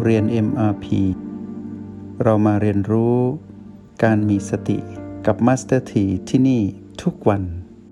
เรียน MRP เรามาเรียนรู้การมีสติกับ Master T ที่นี่ทุกวัน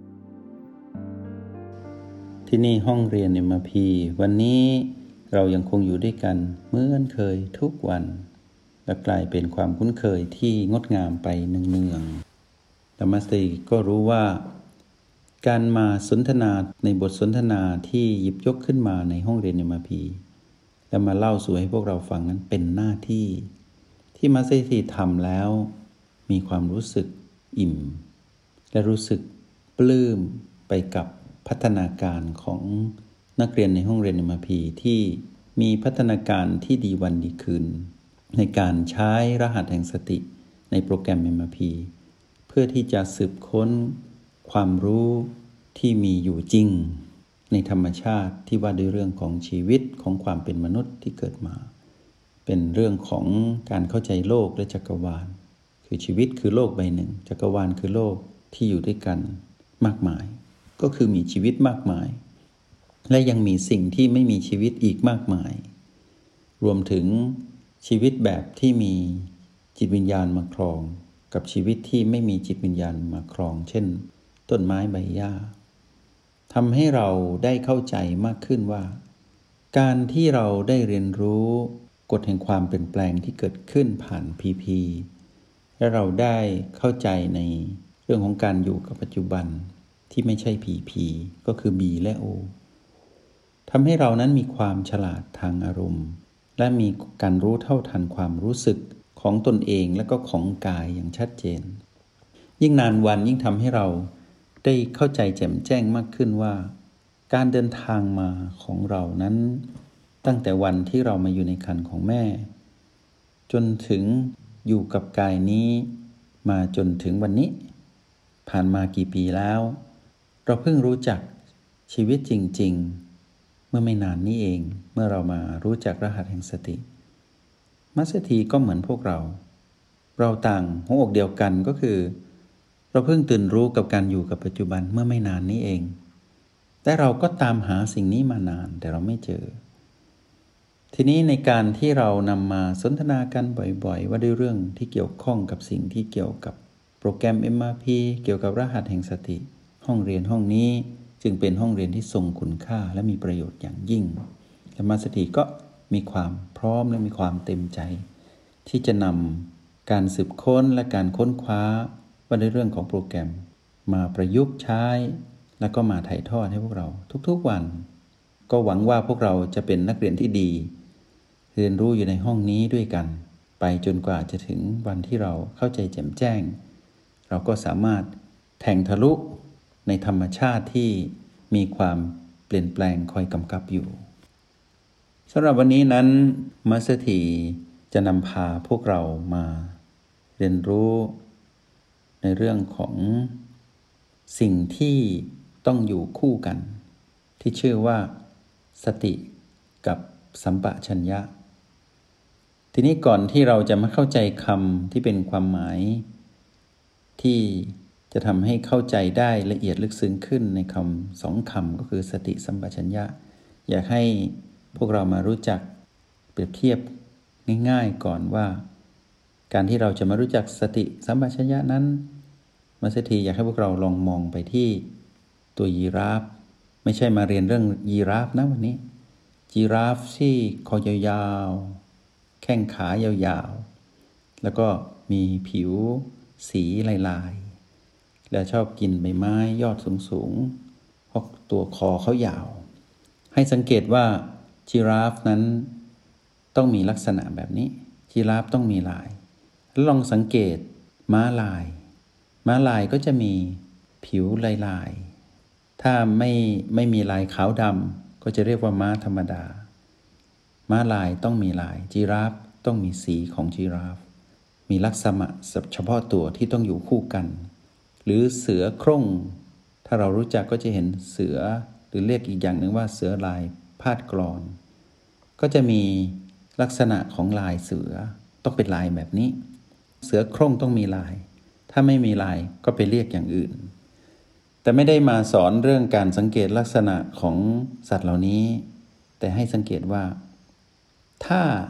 ที่นี่ห้องเรียน MRP วันนี้เรายังคงอยู่ด้วยกันเหมือนเคยทุกวันและกลายเป็นความคุ้นเคยที่งดงามไปเนืองๆแต่ Master T ก็รู้ว่าการมาสนทนาในบทสนทนาที่หยิบยกขึ้นมาในห้องเรียน MRP และมาเล่าสู่ให้พวกเราฟังนั้นเป็นหน้าที่มาสเตอร์ทีทำแล้วมีความรู้สึกอิ่มและรู้สึกปลื้มไปกับพัฒนาการของนักเรียนในห้องเรียน MRP ที่มีพัฒนาการที่ดีวันดีคืนในการใช้รหัสแห่งสติในโปรแกรม MRP เพื่อที่จะสืบค้นความรู้ที่มีอยู่จริงในธรรมชาติที่ว่าด้วยเรื่องของชีวิตของความเป็นมนุษย์ที่เกิดมาเป็นเรื่องของการเข้าใจโลกและจักรวาลคือชีวิตคือโลกใบหนึ่งจักรวาลคือโลกที่อยู่ด้วยกันมากมายก็คือมีชีวิตมากมายและยังมีสิ่งที่ไม่มีชีวิตอีกมากมายรวมถึงชีวิตแบบที่มีจิตวิญญาณมาครองกับชีวิตที่ไม่มีจิตวิญญาณมาครองเช่นต้นไม้ใบหญ้าทำให้เราได้เข้าใจมากขึ้นว่าการที่เราได้เรียนรู้กฎแห่งความเปลี่ยนแปลงที่เกิดขึ้นผ่าน PP และเราได้เข้าใจในเรื่องของการอยู่กับปัจจุบันที่ไม่ใช่ PP ก็คือ B และ O ทำให้เรานั้นมีความฉลาดทางอารมณ์และมีการรู้เท่าทันความรู้สึกของตนเองและก็ของกายอย่างชัดเจนยิ่งนานวันยิ่งทำให้เราได้เข้าใจแจ่มแจ้งมากขึ้นว่าการเดินทางมาของเรานั้นตั้งแต่วันที่เรามาอยู่ในครรภ์ของแม่จนถึงอยู่กับกายนี้มาจนถึงวันนี้ผ่านมากี่ปีแล้วเราเพิ่งรู้จักชีวิตจริงๆเมื่อไม่นานนี้เองเมื่อเรามารู้จักรหัสแห่งสติมัสถีก็เหมือนพวกเราต่างหัวอกเดียวกันก็คือเราเพิ่งตื่นรู้กับการอยู่กับปัจจุบันเมื่อไม่นานนี้เองแต่เราก็ตามหาสิ่งนี้มานานแต่เราไม่เจอทีนี้ในการที่เรานำมาสนทนากันบ่อยๆว่าด้วยเรื่องที่เกี่ยวข้องกับสิ่งที่เกี่ยวกับโปรแกรม MRP เกี่ยวกับรหัสแห่งสติห้องเรียนห้องนี้จึงเป็นห้องเรียนที่ทรงคุณค่าและมีประโยชน์อย่างยิ่งและมัสถีก็มีความพร้อมและมีความเต็มใจที่จะนำการสืบค้นและการค้นคว้าว่าในเรื่องของโปรแกรมมาประยุกต์ใช้แล้วก็มาถ่ายทอดให้พวกเราทุกๆวันก็หวังว่าพวกเราจะเป็นนักเรียนที่ดีเรียนรู้อยู่ในห้องนี้ด้วยกันไปจนกว่าจะถึงวันที่เราเข้าใจแจ่มแจ้งเราก็สามารถแทงทะลุในธรรมชาติที่มีความเปลี่ยนแปลงคอยกำกับอยู่สำหรับวันนี้นั้นมัสถีจะนำพาพวกเรามาเรียนรู้ในเรื่องของสิ่งที่ต้องอยู่คู่กันที่ชื่อว่าสติกับสัมปชัญญะทีนี้ก่อนที่เราจะมาเข้าใจคำที่เป็นความหมายที่จะทำให้เข้าใจได้ละเอียดลึกซึ้งขึ้นในคำสองคำก็คือสติสัมปชัญญะอยากให้พวกเรามารู้จักเปรียบเทียบง่ายๆก่อนว่าการที่เราจะมารู้จักสติสัมปชัญญะนั้นมัสถีอยากให้พวกเราลองมองไปที่ตัวยีราฟไม่ใช่มาเรียนเรื่องยีราฟนะวันนี้ยีราฟที่คอยาวๆแข้งขายาวๆแล้วก็มีผิวสีลายๆและชอบกินใบไม้ยอดสูงๆเพราะตัวคอเขายาวให้สังเกตว่ายีราฟนั้นต้องมีลักษณะแบบนี้ยีราฟต้องมีลายลองสังเกตม้าลายก็จะมีผิวลายๆถ้าไม่มีลายขาวดำก็จะเรียกว่าม้าธรรมดาม้าลายต้องมีลายยีราฟต้องมีสีของยีราฟมีลักษณะเฉพาะตัวที่ต้องอยู่คู่กันหรือเสือโคร่งถ้าเรารู้จักก็จะเห็นเสือหรือเรียกอีกอย่างหนึ่งว่าเสือลายพาดกลอนก็จะมีลักษณะของลายเสือต้องเป็นลายแบบนี้เสือโคร่งต้องมีลายถ้าไม่มีลายก็ไปเรียกอย่างอื่นแต่ไม่ได้มาสอนเรื่องการสังเกตลักษณะของสัตว์เหล่านี้แต่ให้สังเกตว่าถ้า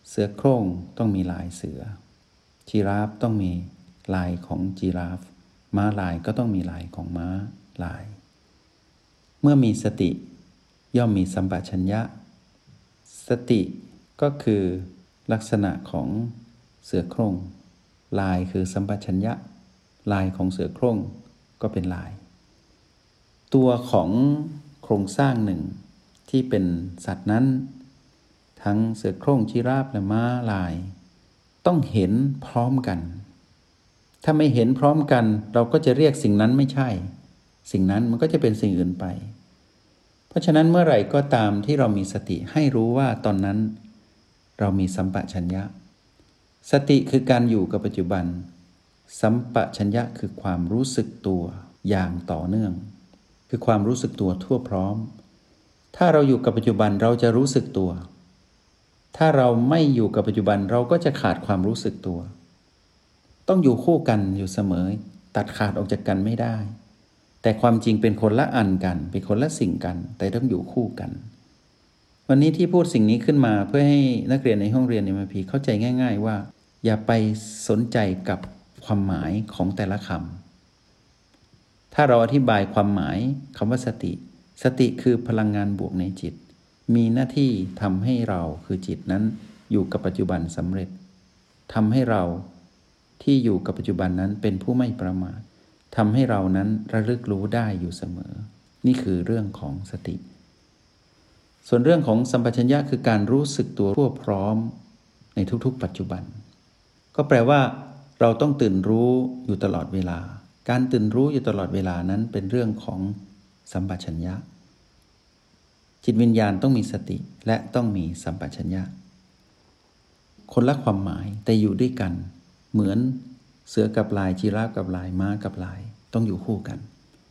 เสือโคร่งต้องมีลายเสือจีราฟต้องมีลายของจีราฟม้าลายก็ต้องมีลายของม้าลายเมื่อมีสติย่อมมีสัมปชัญญะสติก็คือลักษณะของเสือโคร่งลายคือสัมปชัญญะลายของเสือโคร่งก็เป็นลายตัวของโครงสร้างหนึ่งที่เป็นสัตว์นั้นทั้งเสือโคร่งจีราฟและม้าลายต้องเห็นพร้อมกันถ้าไม่เห็นพร้อมกันเราก็จะเรียกสิ่งนั้นไม่ใช่สิ่งนั้นมันก็จะเป็นสิ่งอื่นไปเพราะฉะนั้นเมื่อไหร่ก็ตามที่เรามีสติให้รู้ว่าตอนนั้นเรามีสัมปชัญญะสติคือการอยู่กับปัจจุบันสัมปชัญญะคือความรู้สึกตัวอย่างต่อเนื่องคือความรู้สึกตัวทั่วพร้อมถ้าเราอยู่กับปัจจุบันเราจะรู้สึกตัวถ้าเราไม่อยู่กับปัจจุบันเราก็จะขาดความรู้สึกตัวต้องอยู่คู่กันอยู่เสมอตัดขาดออกจากกันไม่ได้แต่ความจริงเป็นคนละอันกันเป็นคนละสิ่งกันแต่ต้องอยู่คู่กันวันนี้ที่พูดสิ่งนี้ขึ้นมาเพื่อให้นักเรียนในห้องเรียน MIP เข้าใจง่ายๆว่าอย่าไปสนใจกับความหมายของแต่ละคำถ้าเราอธิบายความหมายคำว่าสติคือพลังงานบวกในจิตมีหน้าที่ทำให้เราคือจิตนั้นอยู่กับปัจจุบันสำเร็จทำให้เราที่อยู่กับปัจจุบันนั้นเป็นผู้ไม่ประมาททำให้เรานั้นระลึกรู้ได้อยู่เสมอนี่คือเรื่องของสติส่วนเรื่องของสัมปชัญญะคือการรู้สึกตัวทั่วพร้อมในทุกๆปัจจุบันก็แปลว่าเราต้องตื่นรู้อยู่ตลอดเวลาการตื่นรู้อยู่ตลอดเวลานั้นเป็นเรื่องของสัมปชัญญะจิตวิญญาณต้องมีสติและต้องมีสัมปชัญญะคนละความหมายแต่อยู่ด้วยกันเหมือนเสือกับลายจีราฟกับลายม้ากับลายต้องอยู่คู่กัน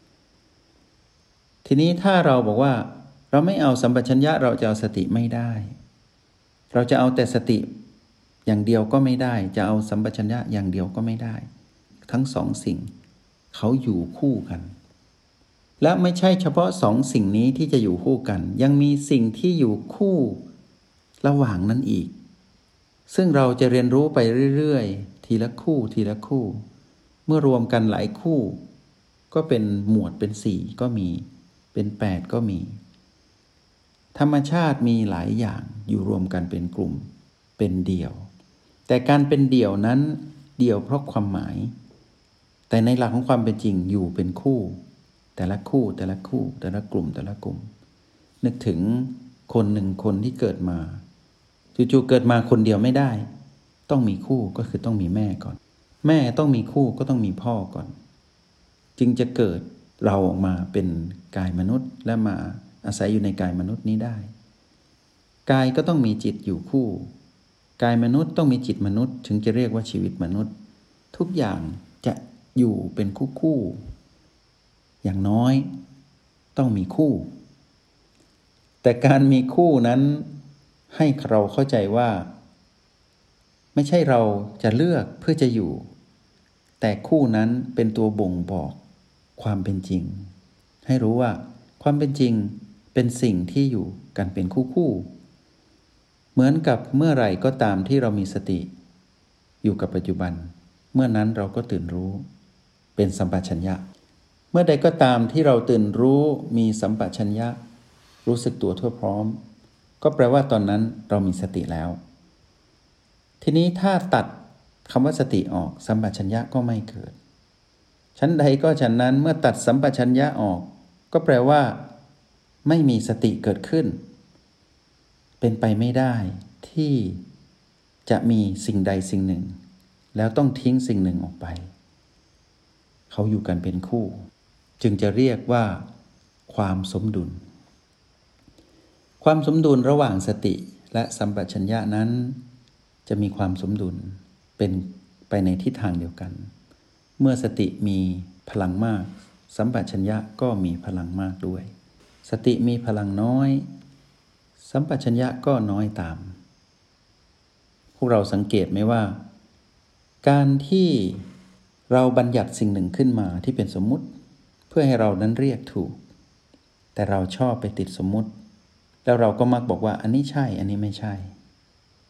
ทีนี้ถ้าเราบอกว่าเราไม่เอาสัมปชัญญะเราจะเอาสติไม่ได้เราจะเอาแต่สติอย่างเดียวก็ไม่ได้จะเอาสัมปชัญญะอย่างเดียวก็ไม่ได้ทั้งสองสิ่งเขาอยู่คู่กันและไม่ใช่เฉพาะสองสิ่งนี้ที่จะอยู่คู่กันยังมีสิ่งที่อยู่คู่ระหว่างนั้นอีกซึ่งเราจะเรียนรู้ไปเรื่อยๆทีละคู่ทีละคู่เมื่อรวมกันหลายคู่ก็เป็นหมวดเป็น4ก็มีเป็น8ก็มีธรรมชาติมีหลายอย่างอยู่รวมกันเป็นกลุ่มเป็นเดี่ยวแต่การเป็นเดี่ยวนั้นเดี่ยวเพราะความหมายแต่ในหลักของความเป็นจริงอยู่เป็นคู่แต่ละคู่แต่ละคู่แต่ละกลุ่มแต่ละกลุ่มนึกถึงคนหนึ่งคนที่เกิดมาจู่ๆเกิดมาคนเดียวไม่ได้ต้องมีคู่ก็คือต้องมีแม่ก่อนแม่ต้องมีคู่ก็ต้องมีพ่อก่อนจึงจะเกิดเราออกมาเป็นกายมนุษย์และมาอาศัยอยู่ในกายมนุษย์นี้ได้กายก็ต้องมีจิตอยู่คู่กายมนุษย์ต้องมีจิตมนุษย์ถึงจะเรียกว่าชีวิตมนุษย์ทุกอย่างจะอยู่เป็นคู่อย่างน้อยต้องมีคู่แต่การมีคู่นั้นให้เราเข้าใจว่าไม่ใช่เราจะเลือกเพื่อจะอยู่แต่คู่นั้นเป็นตัวบ่งบอกความเป็นจริงให้รู้ว่าความเป็นจริงเป็นสิ่งที่อยู่กันเป็นคู่เหมือนกับเมื่อไหร่ก็ตามที่เรามีสติอยู่กับปัจจุบันเมื่อนั้นเราก็ตื่นรู้เป็นสัมปชัญญะเมื่อใดก็ตามที่เราตื่นรู้มีสัมปชัญญะรู้สึกตัวทั่วพร้อมก็แปลว่าตอนนั้นเรามีสติแล้วทีนี้ถ้าตัดคำว่าสติออกสัมปชัญญะก็ไม่เกิดชั้นใดก็ฉันนั้นเมื่อตัดสัมปชัญญะออกก็แปลว่าไม่มีสติเกิดขึ้นเป็นไปไม่ได้ที่จะมีสิ่งใดสิ่งหนึ่งแล้วต้องทิ้งสิ่งหนึ่งออกไปเขาอยู่กันเป็นคู่จึงจะเรียกว่าความสมดุลความสมดุลระหว่างสติและสัมปชัญญะนั้นจะมีความสมดุลเป็นไปในทิศทางเดียวกันเมื่อสติมีพลังมากสัมปชัญญะก็มีพลังมากด้วยสติมีพลังน้อยสัมปชัญญะก็น้อยตามพวกเราสังเกตไหมว่าการที่เราบัญญัติสิ่งหนึ่งขึ้นมาที่เป็นสมมุติเพื่อให้เรานั้นเรียกถูกแต่เราชอบไปติดสมมุติแล้วเราก็มักบอกว่าอันนี้ใช่อันนี้ไม่ใช่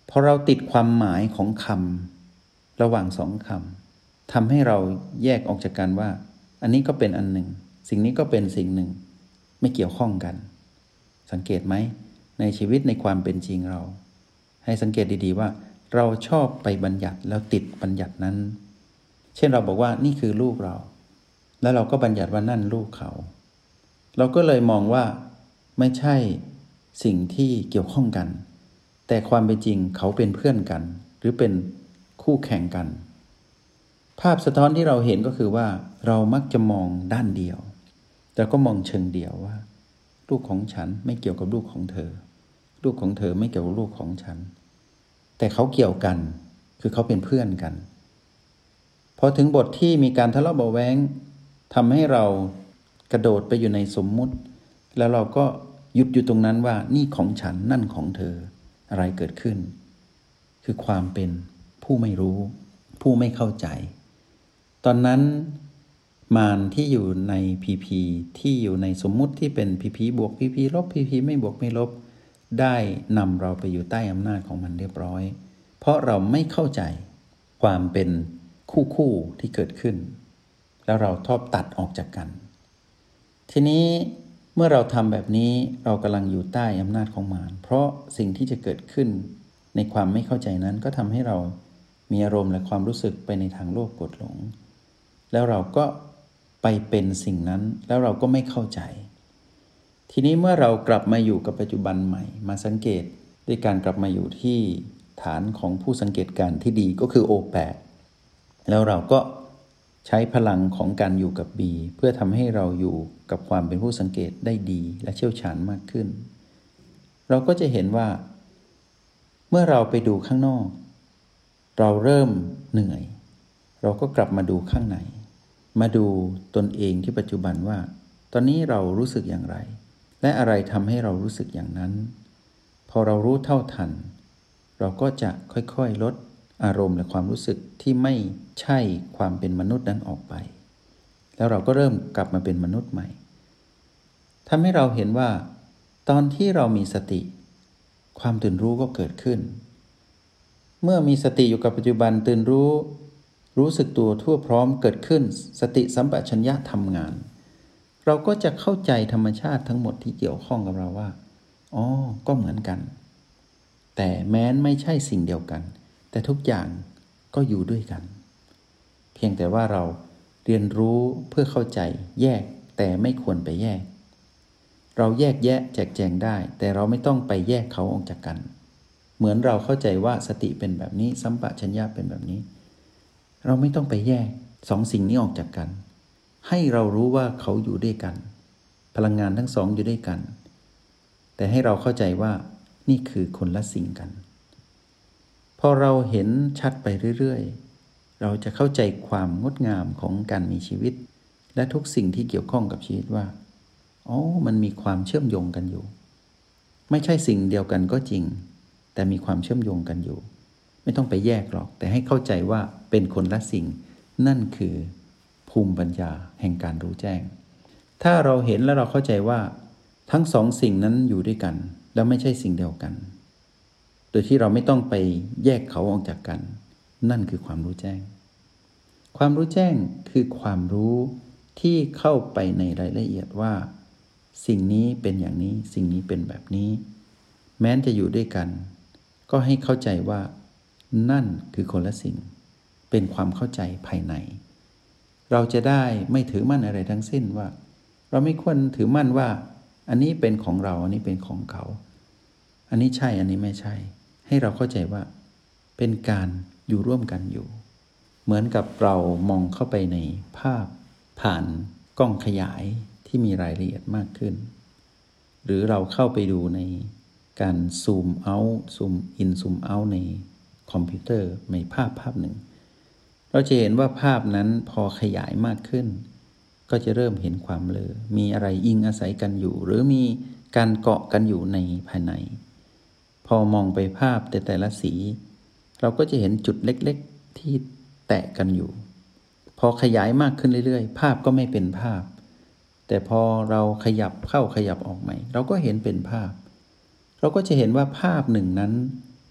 พอเราติดความหมายของคำระหว่างสองคำทำให้เราแยกออกจากกันว่าอันนี้ก็เป็นอันหนึ่งสิ่งนี้ก็เป็นสิ่งหนึ่งไม่เกี่ยวข้องกันสังเกตไหมในชีวิตในความเป็นจริงเราให้สังเกตดีๆว่าเราชอบไปบัญญัติแล้วติดบัญญัตินั้นเช่นเราบอกว่านี่คือลูกเราแล้วเราก็บัญญัติว่านั่นลูกเขาเราก็เลยมองว่าไม่ใช่สิ่งที่เกี่ยวข้องกันแต่ความเป็นจริงเขาเป็นเพื่อนกันหรือเป็นคู่แข่งกันภาพสะท้อนที่เราเห็นก็คือว่าเรามักจะมองด้านเดียวแต่ก็มองเชิงเดียวว่าลูกของฉันไม่เกี่ยวกับลูกของเธอลูกของเธอไม่เกี่ยวกับลูกของฉันแต่เขาเกี่ยวกันคือเขาเป็นเพื่อนกันพอถึงบทที่มีการทะเลาะเบาะแว้งทำให้เรากระโดดไปอยู่ในสมมุติแล้วเราก็หยุดอยู่ตรงนั้นว่านี่ของฉันนั่นของเธออะไรเกิดขึ้นคือความเป็นผู้ไม่รู้ผู้ไม่เข้าใจตอนนั้นมารที่อยู่ในพีพีที่อยู่ในสมมุติที่เป็นพีพีบวกพีพีลบพีพีไม่บวกไม่ลบได้นำเราไปอยู่ใต้อำนาจของมันเรียบร้อยเพราะเราไม่เข้าใจความเป็นคู่ที่เกิดขึ้นแล้วเราชอบตัดออกจากกันทีนี้เมื่อเราทำแบบนี้เรากำลังอยู่ใต้อำนาจของมารเพราะสิ่งที่จะเกิดขึ้นในความไม่เข้าใจนั้นก็ทำให้เรามีอารมณ์และความรู้สึกไปในทางโลภโกรธหลงแล้วเราก็ไปเป็นสิ่งนั้นแล้วเราก็ไม่เข้าใจทีนี้เมื่อเรากลับมาอยู่กับปัจจุบันใหม่มาสังเกตด้วยการกลับมาอยู่ที่ฐานของผู้สังเกตการณ์ที่ดีก็คือ O8 แล้วเราก็ใช้พลังของการอยู่กับ B เพื่อทำให้เราอยู่กับความเป็นผู้สังเกตได้ดีและเชี่ยวชาญมากขึ้นเราก็จะเห็นว่าเมื่อเราไปดูข้างนอกเราเริ่มเหนื่อยเราก็กลับมาดูข้างในมาดูตนเองที่ปัจจุบันว่าตอนนี้เรารู้สึกอย่างไรและอะไรทำให้เรารู้สึกอย่างนั้นพอเรารู้เท่าทันเราก็จะค่อยๆลดอารมณ์และความรู้สึกที่ไม่ใช่ความเป็นมนุษย์นั้นออกไปแล้วเราก็เริ่มกลับมาเป็นมนุษย์ใหม่ทำให้เราเห็นว่าตอนที่เรามีสติความตื่นรู้ก็เกิดขึ้นเมื่อมีสติอยู่กับปัจจุบันตื่นรู้สึกตัวทั่วพร้อมเกิดขึ้นสติสัมปชัญญะทำงานเราก็จะเข้าใจธรรมชาติทั้งหมดที่เกี่ยวข้องกับเราว่าอ๋อก็เหมือนกันแต่แม้นไม่ใช่สิ่งเดียวกันแต่ทุกอย่างก็อยู่ด้วยกันเพียงแต่ว่าเราเรียนรู้เพื่อเข้าใจแยกแต่ไม่ควรไปแยกเราแยกแยะแจกแจงได้แต่เราไม่ต้องไปแยกเขาออกจากกันเหมือนเราเข้าใจว่าสติเป็นแบบนี้สัมปชัญญะเป็นแบบนี้เราไม่ต้องไปแยกสองสิ่งนี้ออกจากกันให้เรารู้ว่าเขาอยู่ด้วยกันพลังงานทั้งสองอยู่ด้วยกันแต่ให้เราเข้าใจว่านี่คือคนละสิ่งกันพอเราเห็นชัดไปเรื่อยๆเราจะเข้าใจความงดงามของการมีชีวิตและทุกสิ่งที่เกี่ยวข้องกับชีวิตว่าอ๋อมันมีความเชื่อมโยงกันอยู่ไม่ใช่สิ่งเดียวกันก็จริงแต่มีความเชื่อมโยงกันอยู่ไม่ต้องไปแยกหรอกแต่ให้เข้าใจว่าเป็นคนละสิ่งนั่นคือภูมิปัญญาแห่งการรู้แจ้งถ้าเราเห็นและเราเข้าใจว่าทั้งสองสิ่งนั้นอยู่ด้วยกันแล้วไม่ใช่สิ่งเดียวกันโดยที่เราไม่ต้องไปแยกเขาออกจากกันนั่นคือความรู้แจ้งความรู้แจ้งคือความรู้ที่เข้าไปในรายละเอียดว่าสิ่งนี้เป็นอย่างนี้สิ่งนี้เป็นแบบนี้แม้จะอยู่ด้วยกันก็ให้เข้าใจว่านั่นคือคนละสิ่งเป็นความเข้าใจภายในเราจะได้ไม่ถือมั่นอะไรทั้งสิ้นว่าเราไม่ควรถือมั่นว่าอันนี้เป็นของเราอันนี้เป็นของเขาอันนี้ใช่อันนี้ไม่ใช่ให้เราเข้าใจว่าเป็นการอยู่ร่วมกันอยู่เหมือนกับเรามองเข้าไปในภาพผ่านกล้องขยายที่มีรายละเอียดมากขึ้นหรือเราเข้าไปดูในการซูมเอาท์ซูมอินซูมเอาท์ในคอมพิวเตอร์ในภาพหนึ่งเราจะเห็นว่าภาพนั้นพอขยายมากขึ้นก็จะเริ่มเห็นความเลอมีอะไรอิงอาศัยกันอยู่หรือมีการเกาะกันอยู่ในภายในพอมองไปภาพแต่ละสีเราก็จะเห็นจุดเล็กๆที่แตะกันอยู่พอขยายมากขึ้นเรื่อยๆภาพก็ไม่เป็นภาพแต่พอเราขยับเข้าขยับออกใหม่เราก็เห็นเป็นภาพเราก็จะเห็นว่าภาพหนึ่งนั้น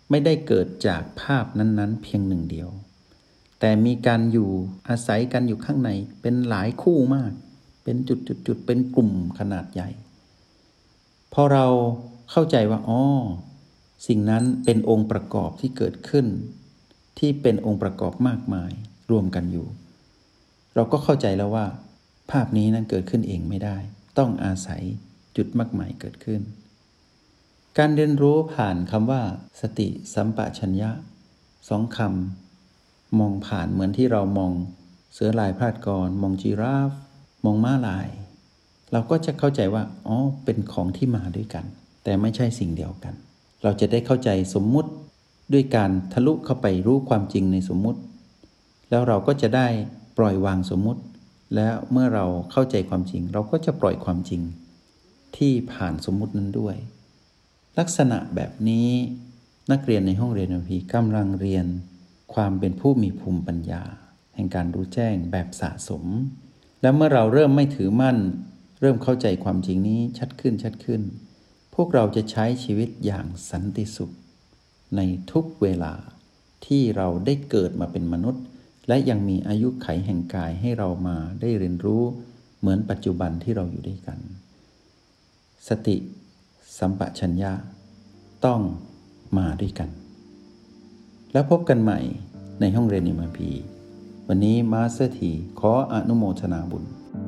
ไม่ได้เกิดจากภาพนั้นๆเพียงหนึ่งเดียวแต่มีการอยู่อาศัยกันอยู่ข้างในเป็นหลายคู่มากเป็นจุดๆเป็นกลุ่มขนาดใหญ่พอเราเข้าใจว่าสิ่งนั้นเป็นองค์ประกอบที่เกิดขึ้นที่เป็นองค์ประกอบมากมายรวมกันอยู่เราก็เข้าใจแล้วว่าภาพนี้นั้นเกิดขึ้นเองไม่ได้ต้องอาศัยจุดมากมายเกิดขึ้นการเรียนรู้ผ่านคำว่าสติสัมปชัญญะ2 คำมองผ่านเหมือนที่เรามองเสือลายพาดกรมองจีราฟมองม้าลายเราก็จะเข้าใจว่าเป็นของที่มาด้วยกันแต่ไม่ใช่สิ่งเดียวกันเราจะได้เข้าใจสมมุติด้วยการทะลุเข้าไปรู้ความจริงในสมมุติแล้วเราก็จะได้ปล่อยวางสมมุติแล้วเมื่อเราเข้าใจความจริงเราก็จะปล่อยความจริงที่ผ่านสมมุตินั้นด้วยลักษณะแบบนี้นักเรียนในห้องเรียน NLP กำลังเรียนความเป็นผู้มีภูมิปัญญาแห่งการรู้แจ้งแบบสะสมและเมื่อเราเริ่มไม่ถือมั่นเริ่มเข้าใจความจริงนี้ชัดขึ้นพวกเราจะใช้ชีวิตอย่างสันติสุขในทุกเวลาที่เราได้เกิดมาเป็นมนุษย์และยังมีอายุขัยแห่งกายให้เรามาได้เรียนรู้เหมือนปัจจุบันที่เราอยู่ด้วยกันสติสัมปชัญญะต้องมาด้วยกันแล้วพบกันใหม่ในห้องเรียน NLP วันนี้มาสเตอร์ทีขออนุโมทนาบุญ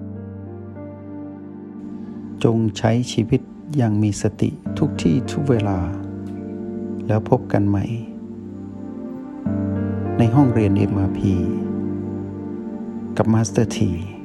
จงใช้ชีวิตอย่างมีสติทุกที่ทุกเวลาแล้วพบกันใหม่ในห้องเรียน NLP กับมาสเตอร์ที